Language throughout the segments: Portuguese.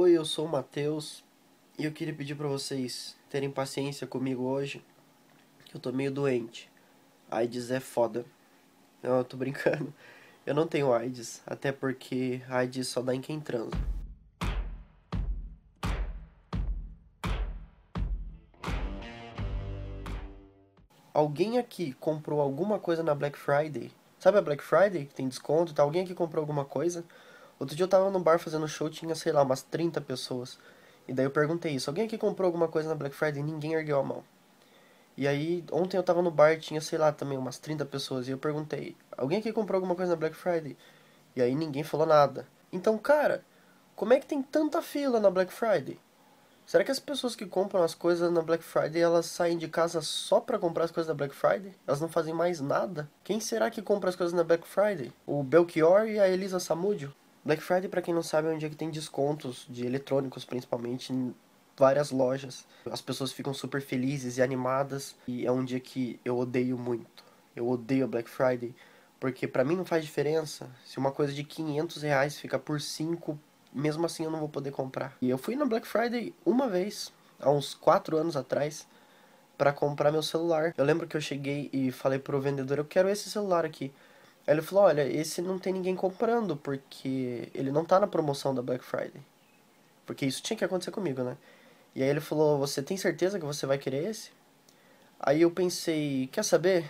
Oi, eu sou o Matheus e eu queria pedir pra vocês terem paciência comigo hoje, que eu tô meio doente. AIDS é foda. Não, eu tô brincando. Eu não tenho AIDS, até porque AIDS só dá em quem transa. Alguém aqui comprou alguma coisa na Black Friday? Sabe a Black Friday que tem desconto? Tá? Alguém aqui comprou alguma coisa? Outro dia eu tava no bar fazendo show, tinha, sei lá, umas 30 pessoas. E daí eu perguntei isso: alguém aqui comprou alguma coisa na Black Friday? Ninguém ergueu a mão. E aí, ontem eu tava no bar, tinha, sei lá, também umas 30 pessoas, e eu perguntei, alguém aqui comprou alguma coisa na Black Friday? E aí ninguém falou nada. Então, cara, como é que tem tanta fila na Black Friday? Será que as pessoas que compram as coisas na Black Friday, elas saem de casa só pra comprar as coisas da Black Friday? Elas não fazem mais nada? Quem será que compra as coisas na Black Friday? O Belchior e a Elisa Samúdio? Black Friday, pra quem não sabe, é um dia que tem descontos de eletrônicos, principalmente, em várias lojas. As pessoas ficam super felizes e animadas. E é um dia que eu odeio muito. Eu odeio a Black Friday. Porque pra mim não faz diferença. Se uma coisa de R$ 500 fica por 5, mesmo assim eu não vou poder comprar. E eu fui na Black Friday uma vez, há uns 4 anos atrás, pra comprar meu celular. Eu lembro que eu cheguei e falei pro vendedor, eu quero esse celular aqui. Aí ele falou, olha, esse não tem ninguém comprando, porque ele não tá na promoção da Black Friday. Porque isso tinha que acontecer comigo, né? E aí ele falou, você tem certeza que você vai querer esse? Aí eu pensei, quer saber?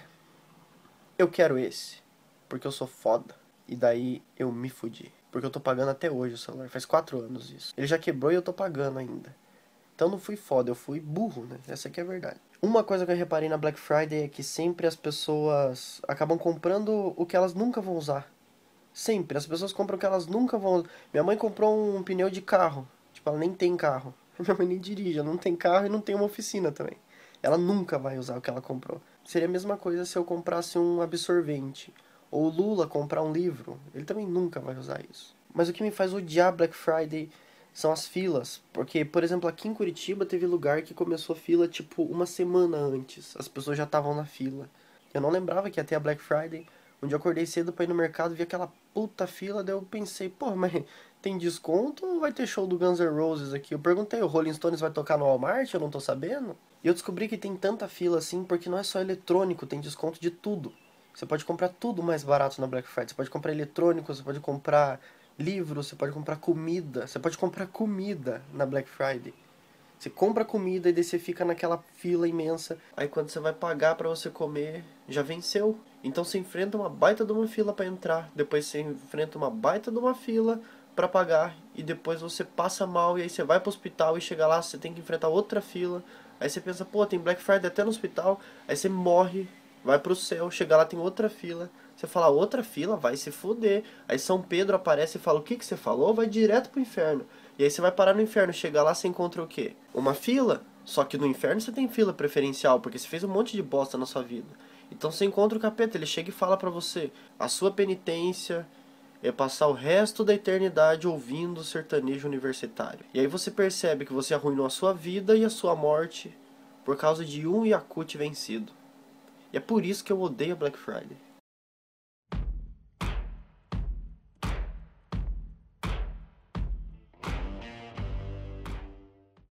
Eu quero esse. Porque eu sou foda. E daí eu me fudi. Porque eu tô pagando até hoje o celular. Faz 4 anos isso. Ele já quebrou e eu tô pagando ainda. Então não fui foda, eu fui burro, né? Essa aqui é a verdade. Uma coisa que eu reparei na Black Friday é que sempre as pessoas acabam comprando o que elas nunca vão usar. Sempre. As pessoas compram o que elas nunca vão. Minha mãe comprou um pneu de carro. Tipo, ela nem tem carro. Minha mãe nem dirige, ela não tem carro e não tem uma oficina também. Ela nunca vai usar o que ela comprou. Seria a mesma coisa se eu comprasse um absorvente. Ou o Lula comprar um livro. Ele também nunca vai usar isso. Mas o que me faz odiar Black Friday são as filas. Porque, por exemplo, aqui em Curitiba teve lugar que começou fila tipo uma semana antes. As pessoas já estavam na fila. Eu não lembrava que ia ter a Black Friday. Um dia eu acordei cedo pra ir no mercado, vi aquela puta fila, daí eu pensei, pô, mas tem desconto ou vai ter show do Guns N' Roses aqui? Eu perguntei, o Rolling Stones vai tocar no Walmart? Eu não tô sabendo. E eu descobri que tem tanta fila assim porque não é só eletrônico, tem desconto de tudo. Você pode comprar tudo mais barato na Black Friday. Você pode comprar eletrônico, você pode comprar livro, você pode comprar comida. Você pode comprar comida na Black Friday. Você compra comida e daí você fica naquela fila imensa. Aí quando você vai pagar pra você comer, já venceu. Então você enfrenta uma baita de uma fila pra entrar. Depois você enfrenta uma baita de uma fila pra pagar. E depois você passa mal e aí você vai pro hospital e chega lá, você tem que enfrentar outra fila. Aí você pensa, pô, tem Black Friday até no hospital. Aí você morre, vai pro céu, chega lá tem outra fila. Você fala, outra fila? Vai se fuder. Aí São Pedro aparece e fala, o que que você falou? Vai direto pro inferno. E aí você vai parar no inferno, chegar lá você encontra o quê? Uma fila. Só que no inferno você tem fila preferencial, porque você fez um monte de bosta na sua vida. Então você encontra o capeta, ele chega e fala pra você, a sua penitência é passar o resto da eternidade ouvindo o sertanejo universitário. E aí você percebe que você arruinou a sua vida e a sua morte por causa de um Yakult vencido. E é por isso que eu odeio Black Friday.